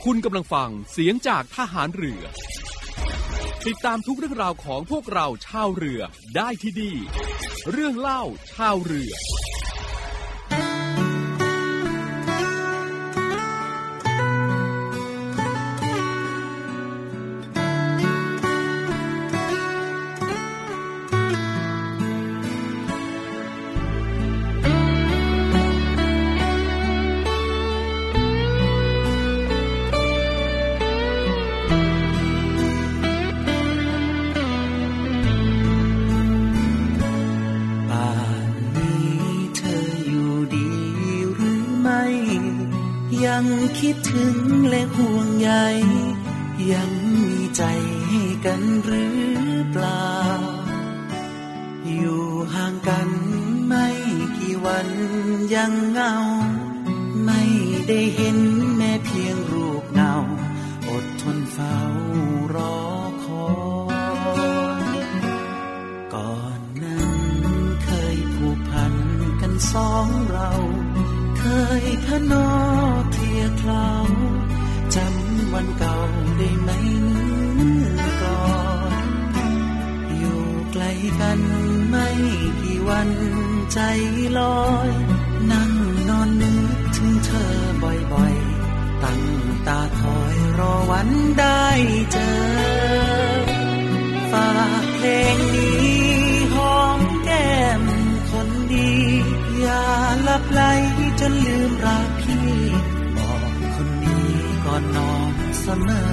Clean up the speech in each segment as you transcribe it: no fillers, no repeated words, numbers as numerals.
คุณกำลังฟังเสียงจากทหารเรือติดตามทุกเรื่องราวของพวกเราชาวเรือได้ที่นี่เรื่องเล่าชาวเรือยังคิดถึงและห่วงใยยังมีใจให้กันหรือเปล่าอยู่ห่างกันไม่กี่วันยังเหงาไม่ได้เห็นแม้เพียงรูปเงาอดทนเฝ้ารอคอยก่อนนั้นเคยผูกพันกันสองเราเคยพนอเคลียร์คราวจำวันเก่าได้ไหมก่อนอยู่ไกลกันไม่กี่วันใจลอยนั่งนอนนึกถึงเธอบ่อยๆตั้งตาคอยรอวันได้เจอฝากเพลงนี้หอมแก้มคนดีอย่าหลับไหลจนลืมรักพี่บอกคนนี้ก่อนนอนเสมอ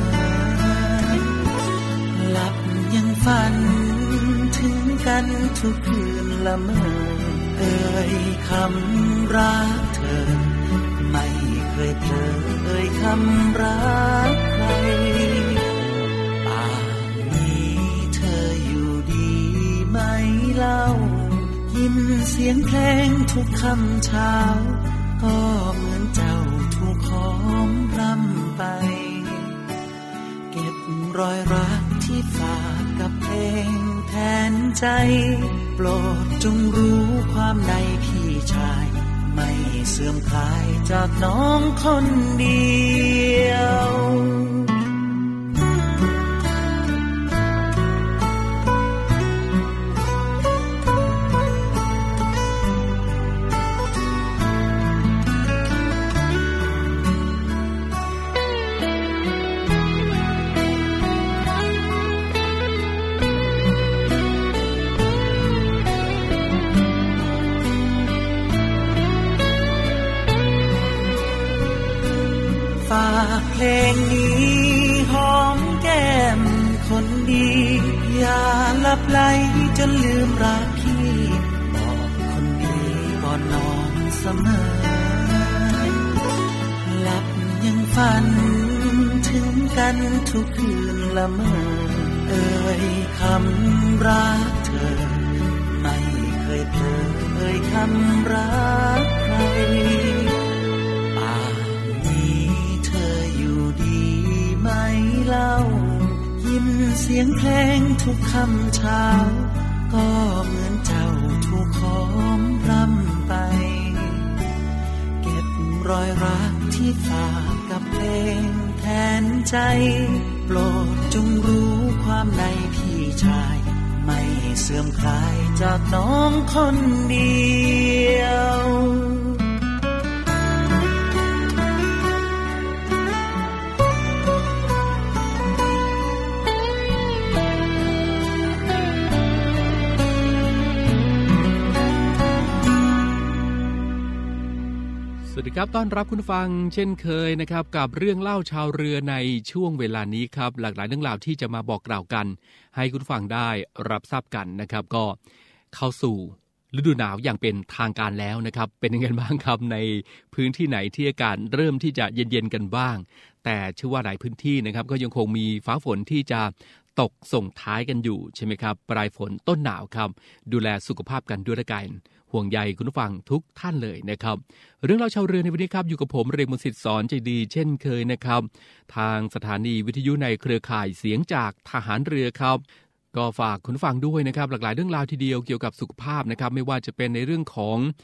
หลับยังฝันถึงกันทุกคืนละเมอเอ่ยคำรักเธอไม่เคยเผลอเอ่ยคำรักใครป่านนี้เธออยู่ดีไหมเล่ายินเสียงเพลงทุกคำเช้าก็เหมือนเจ้าถูกหอมรำไปเก็บรอยรักที่ฝากกับเพลงแทนใจโปรดจงรู้ความในพี่ชายไม่เสื่อมคลายจากน้องคนเดียวฝากเพลงนี้หอมแก้มคนดีอย่าหลับไหลจนลืมรักพี่บอกคนดีก่อนนอนเสมอหลับยังฝันถึงกันทุกคืนละเมอเอ่ยคำรักเธอไม่เคยเผลอเอ่ยคำรักใครเล่ายินเสียงเพลงทุกคำเช้าก็เหมือนเจ้าถูกหอมรำไปเก็บรอยรักที่ฝากกับเพลงแทนใจโปรดจงรู้ความในพี่ชายไม่เสื่อมคลายจากน้องคนเดียวสวัสดีครับต้อนรับคุณฟังเช่นเคยนะครับกับเรื่องเล่าชาวเรือในช่วงเวลานี้ครับหลากหลายเรื่องราวที่จะมาบอกกล่าวกันให้คุณฟังได้รับทราบกันนะครับก็เข้าสู่ฤดูหนาวอย่างเป็นทางการแล้วนะครับเป็นยังไงบ้างครับในพื้นที่ไหนที่อากาศเริ่มที่จะเย็นๆกันบ้างแต่เชื่อว่าหลายพื้นที่นะครับก็ยังคงมีฟ้าฝนที่จะตกส่งท้ายกันอยู่ใช่ไหมครับปลายฝนต้นหนาวครับดูแลสุขภาพกันด้วยกันห่วงใยคุณผู้ฟังทุกท่านเลยนะครับเรื่องเราชาวเรือในวันนี้ครับอยู่กับผมเรมสิทธิ์สอนใจดีเช่นเคยนะครับทางสถานีวิทยุในเครือข่ายเสียงจากทหารเรือครับก็ฝากคุณผู้ฟังด้วยนะครับหลากหลายเรื่องราวทีเดียวเกี่ยวกับสุขภาพนะครับไม่ว่าจะเป็นในเรื่องของ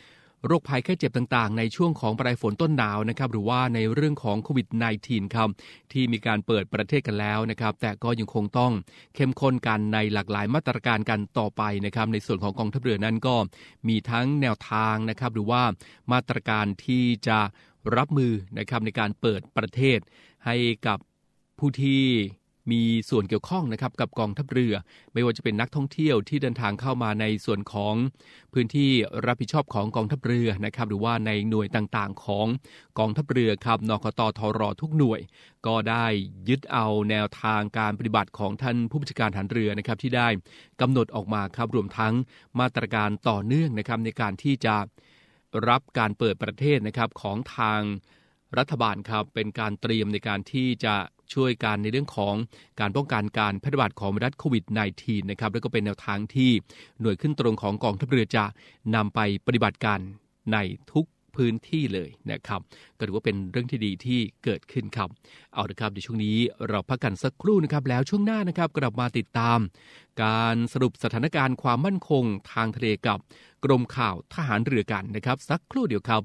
โรคภัยไข้เจ็บต่างๆในช่วงของปลายฝนต้นหนาวนะครับหรือว่าในเรื่องของโควิด -19 ครับที่มีการเปิดประเทศกันแล้วนะครับแต่ก็ยังคงต้องเข้มข้นกันในหลากหลายมาตรการกันต่อไปนะครับในส่วนของกองทัพเรือนั้นก็มีทั้งแนวทางนะครับหรือว่ามาตรการที่จะรับมือนะครับในการเปิดประเทศให้กับผู้ที่มีส่วนเกี่ยวข้องนะครับกับกองทัพเรือไม่ว่าจะเป็นนักท่องเที่ยวที่เดินทางเข้ามาในส่วนของพื้นที่รับผิดชอบของกองทัพเรือนะครับหรือว่าในหน่วยต่างๆของกองทัพเรือครับนกต.ทร.ทุกหน่วยก็ได้ยึดเอาแนวทางการปฏิบัติของท่านผู้บัญชาการทหารเรือนะครับที่ได้กำหนดออกมาครับรวมทั้งมาตรการต่อเนื่องนะครับในการที่จะรับการเปิดประเทศนะครับของทางรัฐบาลครับเป็นการเตรียมในการที่จะช่วยกันในเรื่องของการป้องกันการแพร่ระบาดของไวรัสโควิด -19 นะครับแล้วก็เป็นแนวทางที่หน่วยขึ้นตรงของกองทัพเรือจะนำไปปฏิบัติการในทุกพื้นที่เลยนะครับก็ถือว่าเป็นเรื่องที่ดีที่เกิดขึ้นครับเอาละครับในช่วงนี้เราพักกันสักครู่นะครับแล้วช่วงหน้านะครับกลับมาติดตามการสรุปสถานการณ์ความมั่นคงทางทะเลกับกรมข่าวทหารเรือกันนะครับสักครู่เดียวครับ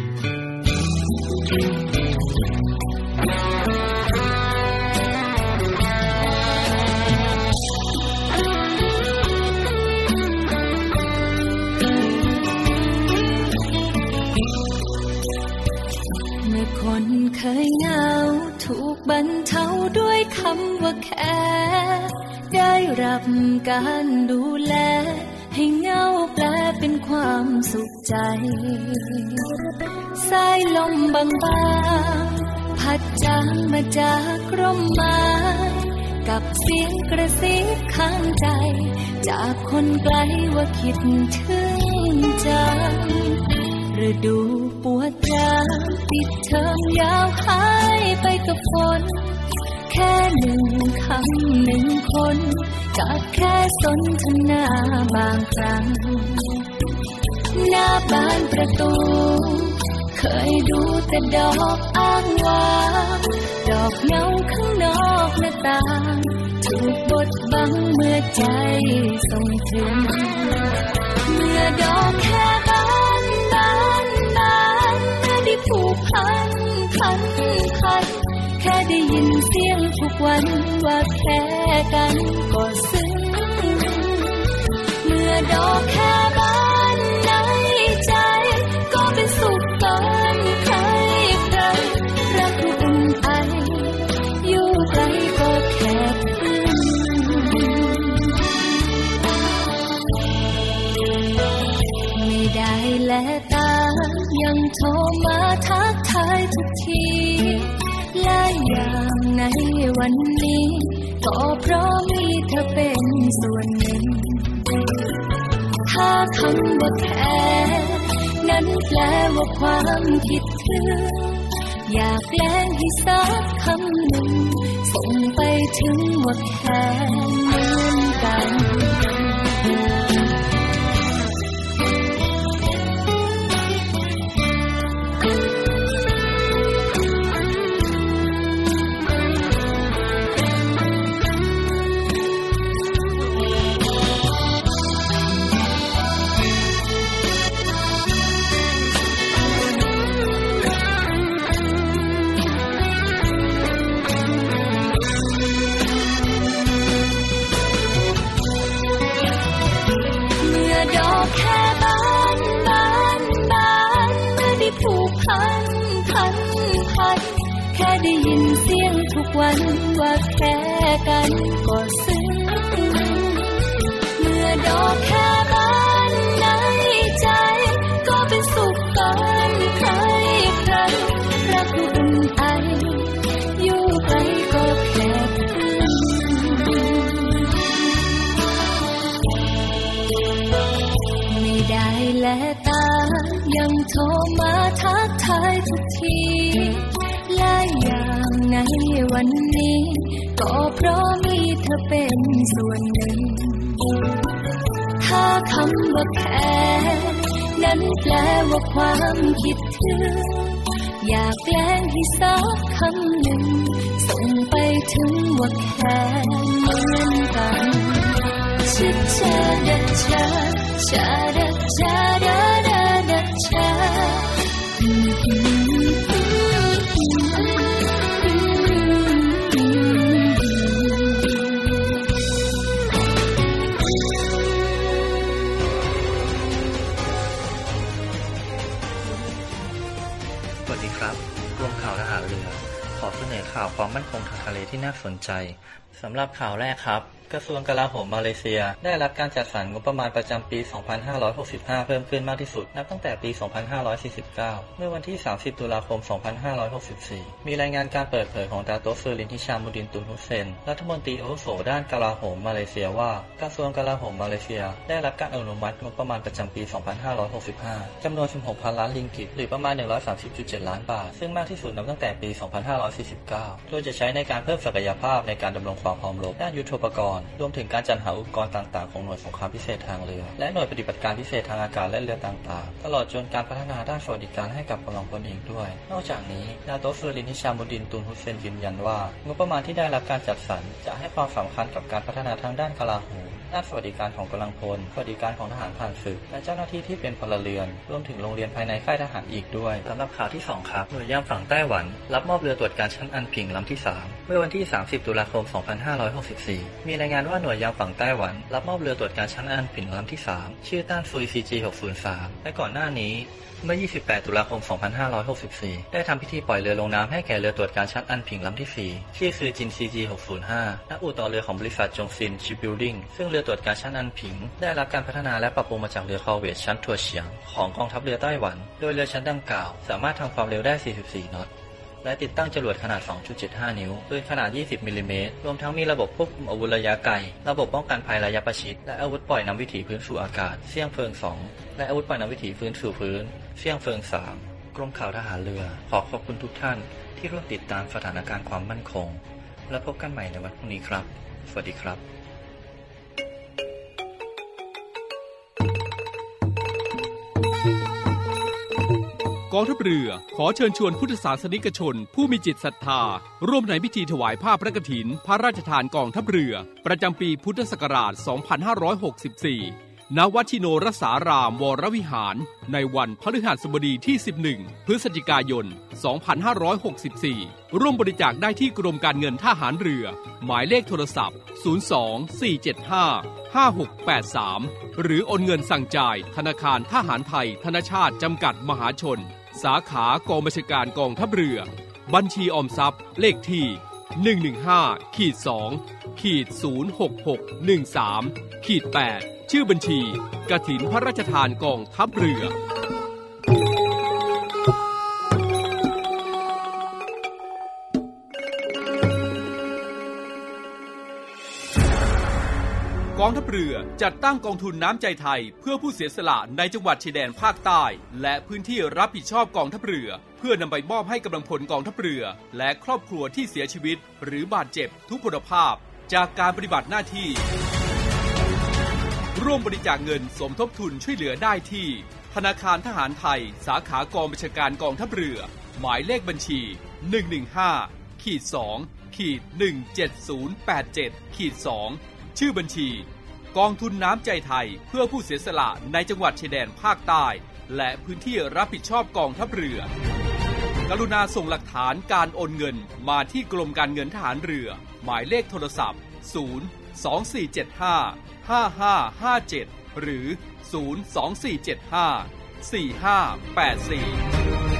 คนเคยเหงาถูกบรรเทาด้วยคำว่าแค่ได้รับการดูแลให้เหงาแปลเป็นความสุขใจสายลมบางๆพัดจางมาจากร่มไม้กับเสียงกระซิบข้างใจจากคนไกลว่าคิดถึงจังฤดูปวดร้าวปิดเทอมยาวหายไปกับฝนแค่หนึ่งคำหนึ่งคนกับแค่สนทนาบางครั้งหน้าบานประตูเคยดูแต่ดอกอ้างว้างดอกเงาข้างนอกหน้าต่างถูกบดบังเมื่อใจส่งถึงเมื่อดอกแค่ผูกพันแค่ได้ยินเสียงทุกวันว่าแค่กันก็ซึ้งเมื่อดอกแค่บานในใจก็เป็นสุขเกินใครรักอุ่นไออยู่ไกลก็แค่พึ่งไม่ได้แลตายังโทรมาทักทายทุกทีและอย่างในวันนี้ก็เพราะมีเธอเป็นส่วนหนึ่งถ้าคำว่าแค่นั้นแปลว่าความคิดถึงอยากแกล้งให้สักคำหนึ่งส่งไปถึงว่าแค่เหมือนกันแค่ได้ยินเสียงทุกวันว่าแค่กันก็ซึ้งเมื่อดอกแค่บานในใจก็เป็นสุขเกินใครรักอุ่นไออยู่ไกลก็แค่พึ่งไม่ได้แลตายังโทรมาทักทายทุกทีและอย่างในวันนี้ก็เพราะมีเธอเป็นส่วนหนึ่งถ้าคำว่าแค่นั้นแปลว่าความคิดถึงอยากแกล้งให้สักคำหนึ่งส่งไปถึงว่าแค่เหมือนกันชิดชาดะชาชาดะชาดะดะดะชาวัสดีครับรวมข่าวทหารเรือขอเสนอข่าวความมั่นคงทางทะเลที่น่าสนใจสำหรับข่าวแรกครับกระทรวงกลาโหมมาเลเซียได้รับการจัดสรรงบประมาณประจำปี 2565 เพิ่มขึ้นมากที่สุดนับตั้งแต่ปี 2549 เมื่อวันที่ 30 ตุลาคม 2564 มีรายงานการเปิดเผยของดาโตเฟอร์ลินฮิชามุดินตุนฮุสเซนรัฐมนตรีอาวุโสด้านกลาโหมมาเลเซียว่ากระทรวงกลาโหมมาเลเซียได้รับการอนุมัติงบประมาณประจำปี 2565 จำนวน 16,000 ล้านริงกิตหรือประมาณ 130.7 ล้านบาทซึ่งมากที่สุดนับตั้งแต่ปี 2549 โดยจะใช้ในการเพิ่มศักยภาพในการดำรงความพร้อมรบด้านยุทโธปกรณ์รวมถึงการจัดหาอุปกรณ์ต่างๆของหน่วยสงครามพิเศษทางเรือและหน่วยปฏิบัติการพิเศษทางอากาศและเรือต่างๆตลอดจนการพัฒนาด้านสวัสดิการให้กับกำลังพลเองด้วยนอกจากนี้ดาโตเฟอร์ลินฮิชามุดินตุนฮุสเซนยืนยันว่างบประมาณที่ได้รับการจัดสรรจะให้ความสำคัญกับการพัฒนาทางด้านกลาโหมด้านสวัสดิการของกำลังพลสวัสดิการของทหารผ่านศึกและเจ้าหน้าที่ที่เป็นพลเรือนรวมถึงโรงเรียนภายในค่ายทหารอีกด้วยสำหรับข่าวที่2ครับหน่วยยามฝั่งไต้หวันรับมอบเรือตรวจการชั้นอันผิงลำที่3เมื่อวันที่30 ตุลาคม 2564มีรายงานว่าหน่วยยามฝั่งไต้หวันรับมอบเรือตรวจการชั้นอันผิงลำที่3ชื่อต้านซุย CG-603 และก่อนหน้านี้เมื่อ 28 ตุลาคม 2564 ได้ทำพิธีปล่อยเรือลงน้ำให้แก่เรือตรวจการชั้นอันผิงลำที่4ชื่อซือจิน CG-605 ณ อู่ต่อเรือของบริษัทจงซินชิปบิลดิ้งซึ่งเรือตรวจการชั้นอันผิงได้รับการพัฒนาและปรับปรุงมาจากเรือคอร์เวตชั้นทัวเฉียงของกองทัพเรือไต้หวันโดยเรือชั้นดังกล่าวสามารถทำความเร็วได้ 44 นอตและติดตั้งจรวดขนาด 2.75 นิ้วปืนขนาด 20 มิลลิเมตรรวมทั้งมีระบบควบคุมอาวุธระยะไกลระบบป้องกันภัยระยะประชิดและอาวุธปล่อยนำวิถีพื้นสู่อากาศเสี่ยงเฟิง2และอาวุธปล่อยนำวิถีพื้นสู่พื้นเสี่ยงเฟิง3กรมข่าวทหารเรือขอขอบคุณทุกท่านที่ร่วมติดตามสถานการณ์ความมั่นคงและพบกันใหม่ในวันพรุ่งนี้ครับสวัสดีครับกองทัพเรือขอเชิญชวนพุทธศาสนิกชนผู้มีจิตศรัทธาร่วมในพิธีถวายผ้าพระกฐินพระราชทานกองทัพเรือประจำปีพุทธศักราช 2564 ณ วัดชิโนรสารามวรวิหารในวันพฤหัสบดีที่ 11 พฤศจิกายน 2564 ร่วมบริจาคได้ที่กรมการเงินทหารเรือหมายเลขโทรศัพท์ 02-475-5683 หรือโอนเงินสั่งจ่ายธนาคารทหารไทยธนชาติจำกัดมหาชนสาขากองบัญชาการกองทัพเรือบัญชีออมทรัพย์เลขที่ 115-2-06613-8 ชื่อบัญชีกฐินพระราชทานกองทัพเรือกองทัพเรือจัดตั้งกองทุนน้ำใจไทยเพื่อผู้เสียสละในจังหวัดชายแดนภาคใต้และพื้นที่รับผิดชอบกองทัพเรือเพื่อนำไปมอบให้กำลังพลกองทัพเรือและครอบครัวที่เสียชีวิตหรือบาดเจ็บทุกพลภาพจากการปฏิบัติหน้าที่ร่วมบริจาคเงินสมทบทุนช่วยเหลือได้ที่ธนาคารทหารไทยสาขากองบัญชาการกองทัพเรือหมายเลขบัญชี 115-2-17087-2 ชื่อบัญชีกองทุนน้ำใจไทยเพื่อผู้เสียสละในจังหวัดชายแดนภาคใต้และพื้นที่รับผิดชอบกองทัพเรือกรุณาส่งหลักฐานการโอนเงินมาที่กรมการเงินทหารเรือหมายเลขโทรศัพท์ 02475-5557 หรือ 02475-4584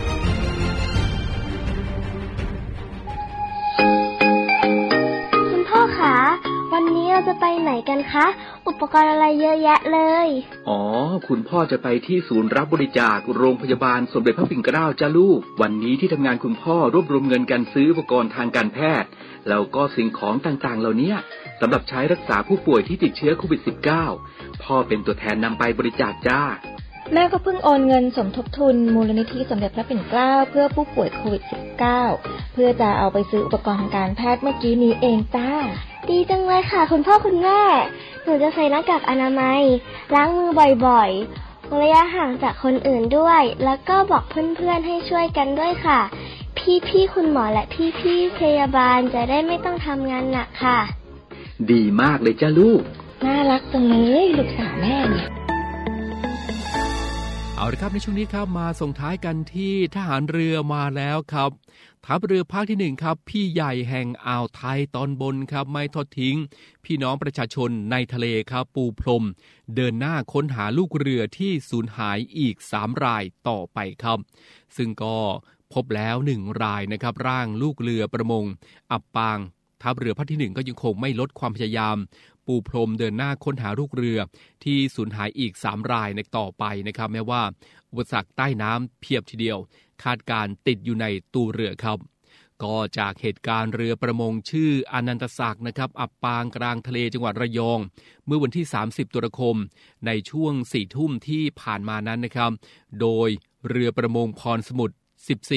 วันนี้เราจะไปไหนกันคะอุปกรณ์อะไรเยอะแยะเลยอ๋อคุณพ่อจะไปที่ศูนย์รับบริจาคโรงพยาบาลสมเด็จพระปิ่นเกล้าจ้าลูกวันนี้ที่ทำงานคุณพ่อรวบรวมเงินกันซื้ออุปกรณ์ทางการแพทย์แล้วก็สิ่งของต่างๆเหล่านี้สำหรับใช้รักษาผู้ป่วยที่ติดเชื้อโควิด -19 พ่อเป็นตัวแทนนำไปบริจาคจ้าแม่ก็เพิ่งโอนเงินสมทบทุนมูลนิธิสมเด็จพระปิ่นเกล้าเพื่อผู้ป่วยโควิด -19 เพื่อจะเอาไปซื้ออุปกรณ์ทางการแพทย์เมื่อกี้นี้เองจ้าดีจังเลยค่ะคุณพ่อคุณแม่หนูจะใส่หน้ากากอนามัยล้างมือบ่อยๆระยะห่างจากคนอื่นด้วยแล้วก็บอกเพื่อนๆให้ช่วยกันด้วยค่ะพี่ๆคุณหมอและพี่ๆพยาบาลจะได้ไม่ต้องทำงานหนักค่ะดีมากเลยจ้าลูกน่ารักจังเลยลูกสาวแม่เนี่ยเอาเอาละครับในช่วงนี้ครับมาส่งท้ายกันที่ทหารเรือมาแล้วครับทัพเรือภาคที่1ครับพี่ใหญ่แห่งอ่าวไทยตอนบนครับไม่ทอดทิ้งพี่น้องประชาชนในทะเลครับปูพรมเดินหน้าค้นหาลูกเรือที่สูญหายอีก3รายต่อไปครับซึ่งก็พบแล้ว1รายนะครับร่างลูกเรือประมงอับปางทัพเรือภาคที่1ก็ยังคงไม่ลดความพยายามปูพรมเดินหน้าค้นหาลูกเรือที่สูญหายอีก3รายในต่อไปนะครับแม้ว่าอุปสรรคใต้น้ำเพียบทีเดียวคาดการติดอยู่ในตัวเรือครับก็จากเหตุการณ์เรือประมงชื่ออนันตศักดิ์นะครับอับปางกลางทะเลจังหวัดระยองเมื่อวันที่30ตุลาคมในช่วง 4 ทุ่มที่ผ่านมานั้นนะครับโดยเรือประมงพรสมุทร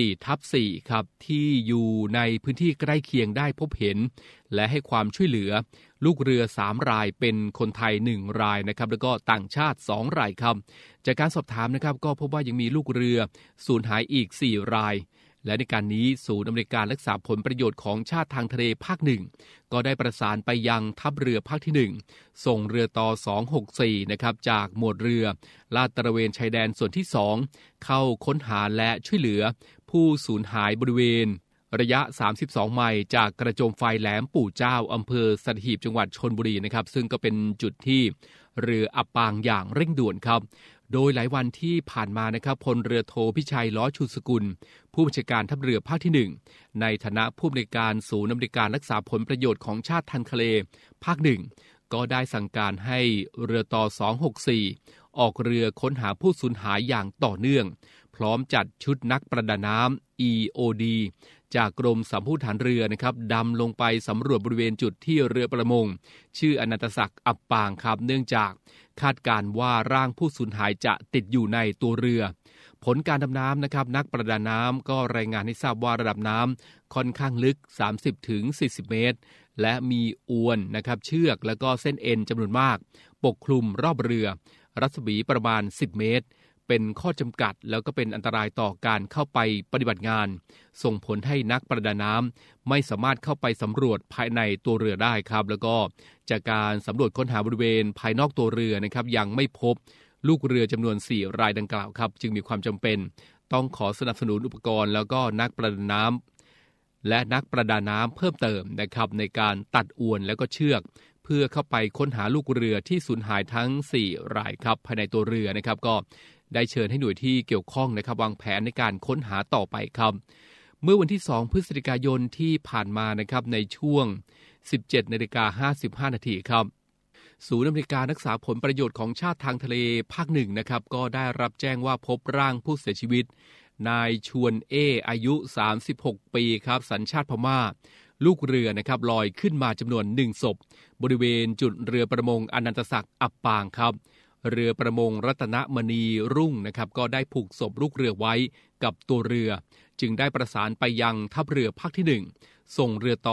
14/4ครับที่อยู่ในพื้นที่ใกล้เคียงได้พบเห็นและให้ความช่วยเหลือลูกเรือ3รายเป็นคนไทย1รายนะครับแล้วก็ต่างชาติ2รายครับจากการสอบถามนะครับก็พบว่ายังมีลูกเรือสูญหายอีก4รายและในการนี้ศูนย์อำนวยการรักษาผลประโยชน์ของชาติทางทะเลภาค1ก็ได้ประสานไปยังทัพเรือภาคที่1ส่งเรือต่อ264นะครับจากหมวดเรือลาดตระเวนชายแดนส่วนที่2เข้าค้นหาและช่วยเหลือผู้สูญหายบริเวณระยะ32ไมล์จากกระโจมไฟแหลมปู่เจ้าอำเภอสัตหีบจังหวัดชลบุรีนะครับซึ่งก็เป็นจุดที่เรืออับปางอย่างเร่งด่วนครับโดยหลายวันที่ผ่านมานะครับพลเรือโทพิชัยล้อชูสกุลผู้บัญชาการทัพเรือภาคที่1ในฐานะผู้อำนวยการศูนย์อำนวยการรักษาผลประโยชน์ของชาติทางทะเลภาค1ก็ได้สั่งการให้เรือต่อ264ออกเรือค้นหาผู้สูญหายอย่างต่อเนื่องพร้อมจัดชุดนักประดาน้ำ EOD จากกรมสำผู้ฐานเรือนะครับดำลงไปสำรวจบริเวณจุดที่เรือประมงชื่ออนันตศักดิ์อับปางครับเนื่องจากคาดการณ์ว่าร่างผู้สูญหายจะติดอยู่ในตัวเรือผลการดำน้ำนะครับนักประดาน้ำก็รายงานให้ทราบว่าระดับน้ำค่อนข้างลึก 30-40 เมตรและมีอวนนะครับเชือกแล้วก็เส้นเอ็นจำนวนมากปกคลุมรอบเรือรัศมีประมาณ10 เมตรเป็นข้อจำกัดแล้วก็เป็นอันตรายต่อการเข้าไปปฏิบัติงานส่งผลให้นักประดาน้ำไม่สามารถเข้าไปสำรวจภายในตัวเรือได้ครับแล้วก็จากการสำรวจค้นหาบริเวณภายนอกตัวเรือนะครับยังไม่พบลูกเรือจำนวน4รายดังกล่าวครับจึงมีความจำเป็นต้องขอสนับสนุนอุปกรณ์แล้วก็นักประดาน้ำและนักประดาน้ำเพิ่มเติมนะครับในการตัดอวนแล้วก็เชือกเพื่อเข้าไปค้นหาลูกเรือที่สูญหายทั้ง4รายครับภายในตัวเรือนะครับก็ได้เชิญให้หน่วยที่เกี่ยวข้องนะครับวางแผนในการค้นหาต่อไปครับเมื่อวันที่2พฤศจิกายนที่ผ่านมานะครับในช่วง 17:55 น.ครับศูนย์อำนวยการรักษาผลประโยชน์ของชาติทางทะเลภาค1นะครับก็ได้รับแจ้งว่าพบร่างผู้เสียชีวิตนายชวนอายุ36ปีครับสัญชาติพม่าลูกเรือนะครับลอยขึ้นมาจำนวน1ศพบริเวณจุดเรือประมงอนันตศักดิ์อับปางครับเรือประมงรัตนมณีรุ่งนะครับก็ได้ผูกศพลูกเรือไว้กับตัวเรือจึงได้ประสานไปยังทัพเรือภาคที่1ส่งเรือต่อ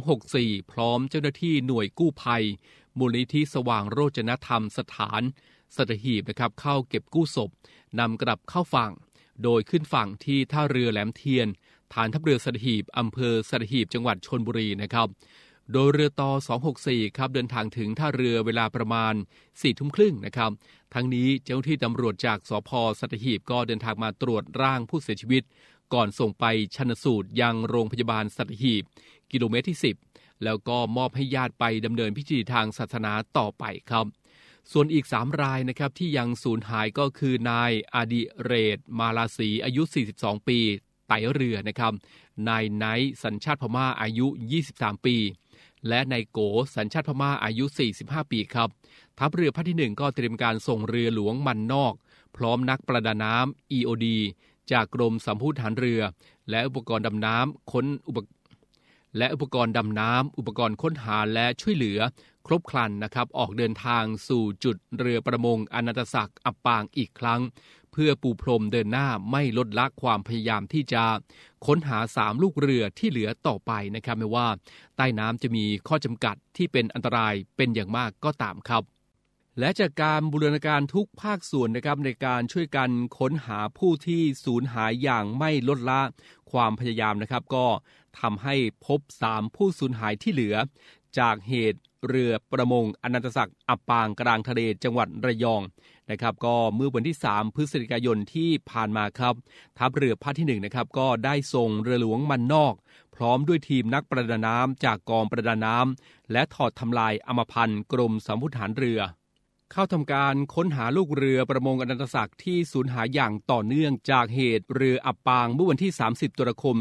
264พร้อมเจ้าหน้าที่หน่วยกู้ภัยมูลนิธิสว่างโรจนธรรมสถานสัตหีบนะครับเข้าเก็บกู้ศพนำกลับเข้าฝั่งโดยขึ้นฝั่งที่ท่าเรือแหลมเทียนฐานทัพเรือสัตหีบอำเภอสัตหีบจังหวัดชลบุรีนะครับโดยเรือต่อ264ครับเดินทางถึงท่าเรือเวลาประมาณ 4 ทุ่มครึ่งนะครับทั้งนี้เจ้าหน้าที่ตำรวจจากสภ.สัตหีบก็เดินทางมาตรวจร่างผู้เสียชีวิตก่อนส่งไปชันสูตรยังโรงพยาบาลสัตหีบกิโลเมตรที่10แล้วก็มอบให้ญาติไปดำเนินพิธีทางศาสนาต่อไปครับส่วนอีก3รายนะครับที่ยังสูญหายก็คือนายอดิเรศมาลาศรีอายุ42ปีไต่เรือนะครับนายไนท์สัญชาติพม่าอายุ23ปีและนายโกสัญชาติพม่าอายุ45ปีครับทัพเรือภาคที่1ก็เตรียมการส่งเรือหลวงมันนอกพร้อมนักประดาน้ำ EOD จากกรมสำผู้ฐานเรือและอุปกรณ์ดำน้ำอุปกรณ์ดำน้ำอุปกรณ์ค้นหาและช่วยเหลือครบครันนะครับออกเดินทางสู่จุดเรือประมงอนันตศักดิ์อับปางอีกครั้งเพื่อปูพรมเดินหน้าไม่ลดละความพยายามที่จะค้นหา3ลูกเรือที่เหลือต่อไปนะครับไม่ว่าใต้น้ำจะมีข้อจำกัดที่เป็นอันตรายเป็นอย่างมากก็ตามครับและจากการบูรณาการทุกภาคส่วนนะครับในการช่วยกันค้นหาผู้ที่สูญหายอย่างไม่ลดละความพยายามนะครับก็ทำให้พบ3ผู้สูญหายที่เหลือจากเหตุเรือประมงอนันตศักดิ์อับปางกลางทะเลจังหวัดระยองนะครับก็เมื่อวันที่3พฤศจิกายนที่ผ่านมาครับทัพเรือภาคที่1นะครับก็ได้ส่งเรือหลวงมันนอกพร้อมด้วยทีมนักประดาน้ำจากกองประดาน้ำและถอดทำลายอำมพันธ์กรมสรรพทหารเรือเข้าทำการค้นหาลูกเรือประมงอนันตศักดิ์ที่สูญหายอย่างต่อเนื่องจากเหตุเรืออับปางเมื่อวันที่30ตุลาคม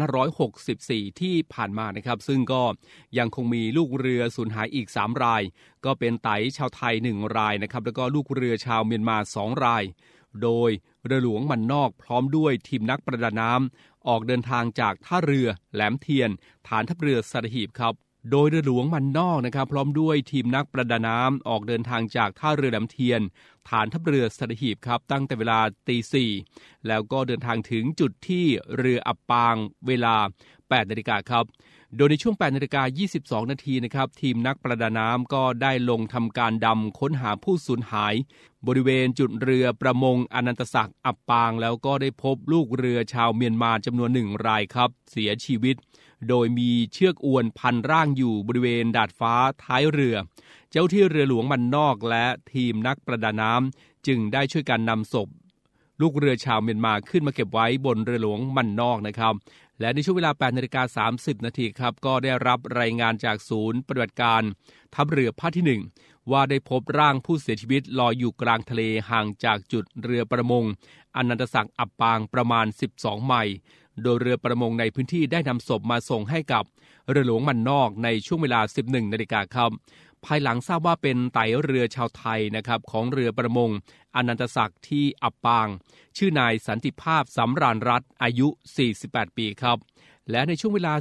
2564ที่ผ่านมานะครับซึ่งก็ยังคงมีลูกเรือสูญหายอีก3รายก็เป็นไตชาวไทย1รายนะครับแล้วก็ลูกเรือชาวเมียนมา2รายโดยเรือหลวงมันนอกพร้อมด้วยทีมนักประดาน้ำออกเดินทางจากท่าเรือแหลมเทียนฐานทัพเรือสัตหีบครับโดยเรือหลวงมันนอกนะครับพร้อมด้วยทีมนักประดาน้ำออกเดินทางจากท่าเรือแหลมเทียนฐานทัพเรือสัตหีบครับตั้งแต่เวลา 4:00 น.แล้วก็เดินทางถึงจุดที่เรืออับปางเวลา 8:00 น.ครับโดยในช่วง 8:22 น.นะครับทีมนักประดาน้ำก็ได้ลงทำการดำค้นหาผู้สูญหายบริเวณจุดเรือประมงอนันตศักดิ์อับปางแล้วก็ได้พบลูกเรือชาวเมียนมาจำนวน1รายครับเสียชีวิตโดยมีเชือกอวนพันร่างอยู่บริเวณดาดฟ้าท้ายเรือเจ้าที่เรือหลวงมันนอกและทีมนักประดาน้ำจึงได้ช่วยกันนำศพลูกเรือชาวเมียนมาขึ้นมาเก็บไว้บนเรือหลวงมันนอกนะครับและในช่วงเวลา 8:30 น.ครับก็ได้รับรายงานจากศูนย์ปฏิบัติการทัพเรือภาคที่1ว่าได้พบร่างผู้เสียชีวิตลอยอยู่กลางทะเลห่างจากจุดเรือประมงอนันตศักดิ์อับปางประมาณ12 ไมล์โดยเรือประมงในพื้นที่ได้นำศพมาส่งให้กับเรือหลวงมันนอกในช่วงเวลา 11:00 น.ครับภายหลังทราบว่าเป็นไตเรือชาวไทยนะครับของเรือประมงอนันตศักดิ์ที่อับปางชื่อนายสันติภาพสำราญรัตน์อายุ48 ปีครับและในช่วงเวลา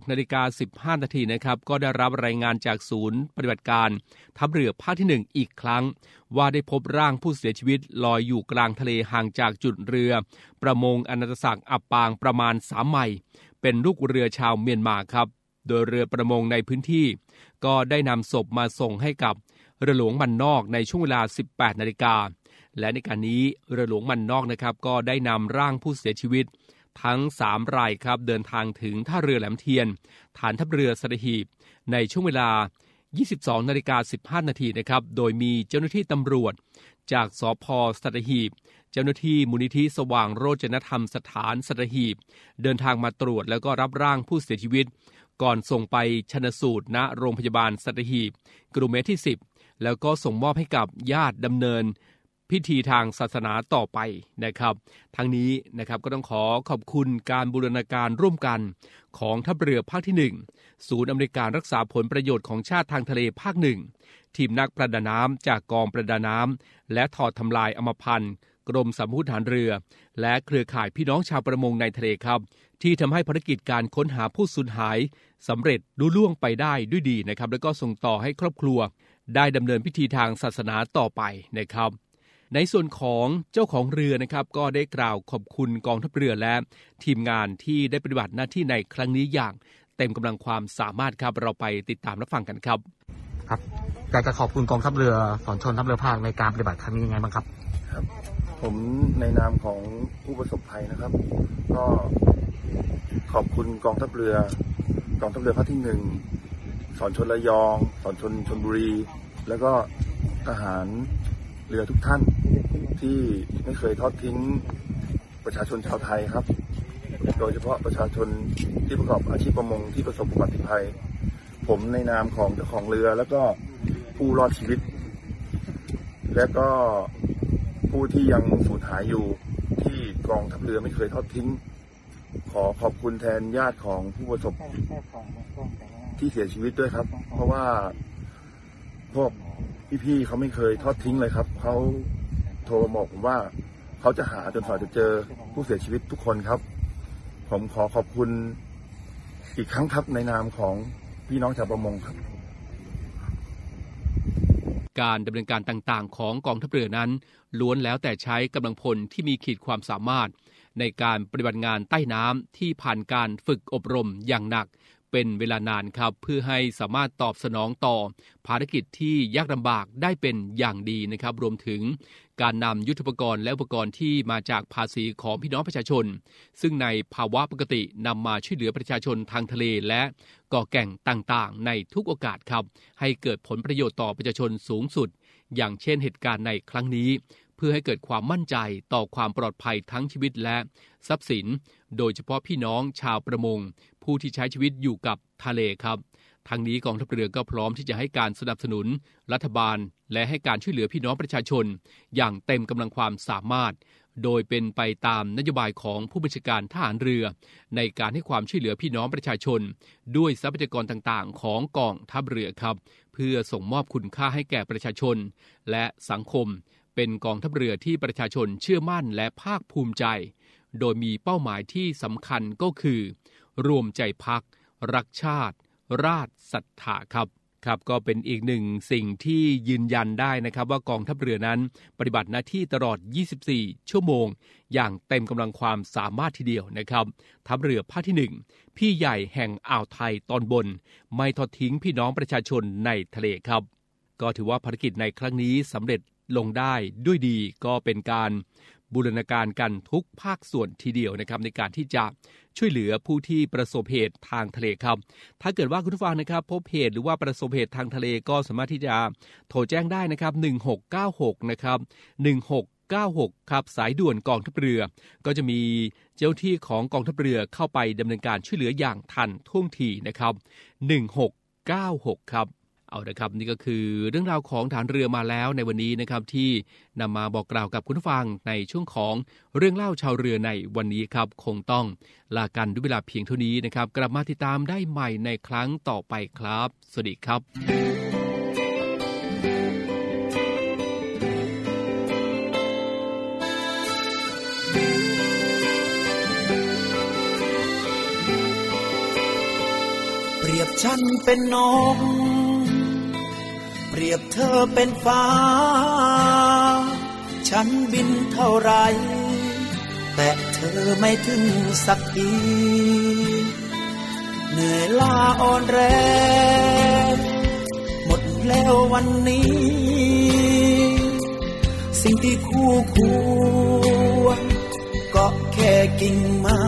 16:15 น.นะครับก็ได้รับรายงานจากศูนย์ปฏิบัติการทัพเรือภาคที่1อีกครั้งว่าได้พบร่างผู้เสียชีวิตลอยอยู่กลางทะเลห่างจากจุดเรือประมงอนันตศักดิ์อับปางประมาณ3 ไมล์เป็นลูกเรือชาวเมียนมาครับโดยเรือประมงในพื้นที่ก็ได้นำศพมาส่งให้กับเรือหลวงมันนอกในช่วงเวลา 18:00 น.และในการนี้เรือหลวงมันนอกนะครับก็ได้นำร่างผู้เสียชีวิตทั้ง3รายครับเดินทางถึงท่าเรือแหลมเทียนฐานทัพเรือสัตหีบในช่วงเวลา 22:15 น.นะครับโดยมีเจ้าหน้าที่ตำรวจจากสภ.สัตหีบเจ้าหน้าที่มูลนิธิสว่างโรจนธรรมสถานสัตหีบเดินทางมาตรวจแล้วก็รับร่างผู้เสียชีวิตก่อนส่งไปชันสูตรณโรงพยาบาลสัตหีบกรุเมที่10แล้วก็ส่งมอบให้กับญาติดำเนินพิธีทางศาสนาต่อไปนะครับทั้งนี้นะครับก็ต้องขอขอบคุณการบูรณาการร่วมกันของทัพเรือภาคที่1ศูนย์อำนวยการรักษาผลประโยชน์ของชาติทางทะเลภาค1ทีมนักประดาน้ำจากกองประดาน้ำและถอดทำลายอำมพันธ์กรมสรรพทหารเรือและเครือข่ายพี่น้องชาวประมงในทะเลครับที่ทำให้ภารกิจการค้นหาผู้สูญหายสำเร็จลุล่วงไปได้ด้วยดีนะครับแล้วก็ส่งต่อให้ครอบครัวได้ดำเนินพิธีทางศาสนาต่อไปนะครับในส่วนของเจ้าของเรือนะครับก็ได้กล่าวขอบคุณกองทัพเรือและทีมงานที่ได้ปฏิบัติหน้าที่ในครั้งนี้อย่างเต็มกำลังความสามารถครับเราไปติดตามรับฟังกันครับครับอยากจะขอบคุณกองทัพเรือสอนชนทัพเรือภาคในการปฏิบัติครั้งนี้ยังไงบ้างครับครับผมในนามของผู้ประสบภัยนะครับก็ขอบคุณกองทัพเรืภาคที่1สอนชนระยองสอนชนชลบุรีแล้วก็ทหารเรือทุกท่านที่ไม่เคยทอดทิ้งประชาชนชาวไทยครับโดยเฉพาะประชาชนที่ประกอบอาชีพประมงที่ประสบอุบัติภัยผมในนามของเจ้าของเรือแล้วก็ผู้รอดชีวิตและก็ผู้ที่ยังสูญหายอยู่ที่กองทัพเรือไม่เคยทอดทิ้งขอขอบคุณแทนญาติของผู้ประสบที่เสียชีวิตด้วยครับเพราะว่าพวกพี่ๆเขาไม่เคยทอดทิ้งเลยครับเขาโทรบอกผมว่าเขาจะหาจนกว่าจะเจอผู้เสียชีวิตทุกคนครับผมขอขอบคุณอีกครั้งครับในนามของพี่น้องชาวประมงครับการดำเนินการต่างๆของกองทัพเรือนั้นล้วนแล้วแต่ใช้กำลังพลที่มีขีดความสามารถในการปฏิบัติงานใต้น้ำที่ผ่านการฝึกอบรมอย่างหนักเป็นเวลานานครับเพื่อให้สามารถตอบสนองต่อภารกิจที่ยากลำบากได้เป็นอย่างดีนะครับรวมถึงการนำยุทโธปกรณ์และอุปกรณ์ที่มาจากภาษีของพี่น้องประชาชนซึ่งในภาวะปกตินำมาช่วยเหลือประชาชนทางทะเลและเกาะแก่งต่างๆในทุกโอกาสครับให้เกิดผลประโยชน์ต่อประชาชนสูงสุดอย่างเช่นเหตุการณ์ในครั้งนี้เพื่อให้เกิดความมั่นใจต่อความปลอดภัยทั้งชีวิตและทรัพย์สินโดยเฉพาะพี่น้องชาวประมงผู้ที่ใช้ชีวิตอยู่กับทะเลครับทางนี้กองทัพเรือก็พร้อมที่จะให้การสนับสนุนรัฐบาลและให้การช่วยเหลือพี่น้องประชาชนอย่างเต็มกำลังความสามารถโดยเป็นไปตามนโยบายของผู้บัญชาการทหารเรือในการให้ความช่วยเหลือพี่น้องประชาชนด้วยทรัพยากรต่างๆของกองทัพเรือครับเพื่อส่งมอบคุณค่าให้แก่ประชาชนและสังคมเป็นกองทัพเรือที่ประชาชนเชื่อมั่นและภาคภูมิใจโดยมีเป้าหมายที่สำคัญก็คือรวมใจพักรักชาติราชศรัทธาครับก็เป็นอีกหนึ่งสิ่งที่ยืนยันได้นะครับว่ากองทัพเรือนั้นปฏิบัติหน้าที่ตลอด24ชั่วโมงอย่างเต็มกำลังความสามารถทีเดียวนะครับทัพเรือภาคที่1พี่ใหญ่แห่งอ่าวไทยตอนบนไม่ทอดทิ้งพี่น้องประชาชนในทะเลครับก็ถือว่าภารกิจในครั้งนี้สำเร็จลงได้ด้วยดีก็เป็นการบูรณาการกันทุกภาคส่วนทีเดียวนะครับในการที่จะช่วยเหลือผู้ที่ประสบเหตุทางทะเลครับถ้าเกิดว่าคุณผู้ฟังนะครับพบเหตุหรือว่าประสบเหตุทางทะเลก็สามารถที่จะโทรแจ้งได้นะครับ1696นะครับ1696ครับสายด่วนกองทัพเรือก็จะมีเจ้าที่ของกองทัพเรือเข้าไปดำเนินการช่วยเหลืออย่างทันท่วงทีนะครับ1696ครับเอาละครับนี่ก็คือเรื่องราวของฐานเรือมาแล้วในวันนี้นะครับที่นำมาบอกกล่าวกับคุณผู้ฟังในช่วงของเรื่องเล่าชาวเรือในวันนี้ครับคงต้องลากันด้วยเวลาเพียงเท่านี้นะครับกลับมาติดตามได้ใหม่ในครั้งต่อไปครับสวัสดีครับเปรียบฉันเป็นนกเปรียบเธอเป็นฟ้าฉันบินเท่าไรแต่เธอไม่ถึงสักทีเหนื่อยล้าอ่อนแรงหมดแล้ววันนี้สิ่งที่คู่ควรก็แค่กิ่งไม้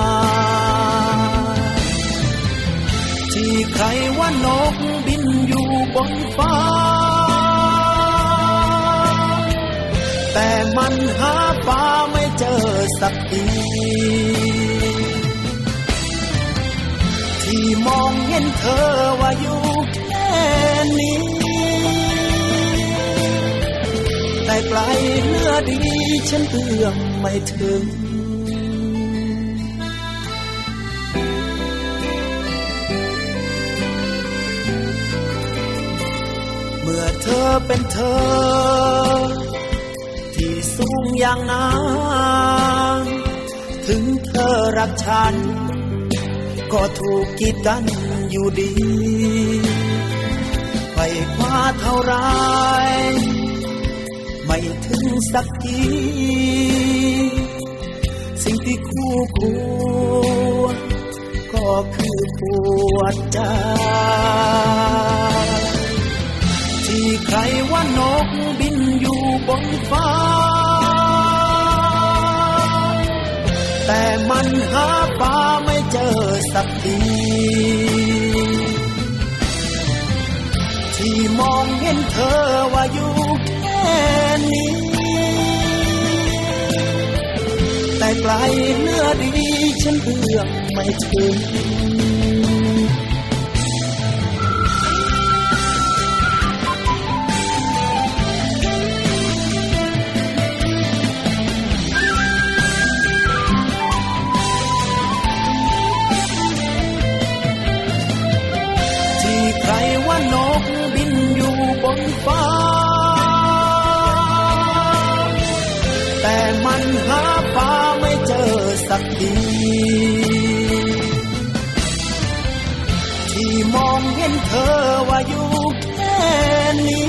ที่ใครว่านกบินอยู่บนฟ้าแต่มันหาฟ้าไม่เจอสักทีที่มองเห็นเธอว่าอยู่แค่นี้แต่ไกลเนื้อดีฉันเอื้อมไม่ถึงเมื่อเธอเป็นเธอที่สูงอย่างนั้นถึงเธอรักฉันก็ถูกกีดกันอยู่ดีไปคว้าเท่าไรไม่ถึงสักทีสิ่งที่คู่ควรก็คือปวดใจที่ใครว่านกบินอยู่บนฟ้าแต่มันหาฟ้าไม่เจอสักทีที่มองเห็นเธอว่าอยู่แค่นี้แต่ไกลเนื้อดีฉันเอื้อมไม่ถึงใครว่านกบินอยู่บนฟ้าแต่มันหาฟ้าไม่เจอสักทีที่มองเห็นเธอว่าอยู่แค่นี้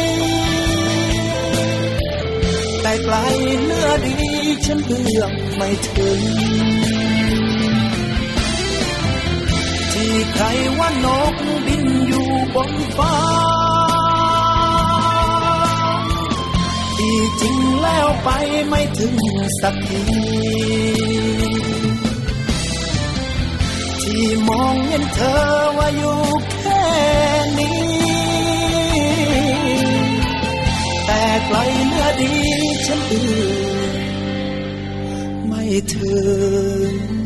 แต่ไกลเนื้อดีฉันเอื้อมไม่ถึงที่ใครว่านกบินอยู่บนฟ้าที่จริงแล้วไปไม่ถึงสักทีที่มองเห็นเธอว่าอยู่แค่นี้แต่ไกลเนื้อดีฉันอื่นไม่ถึง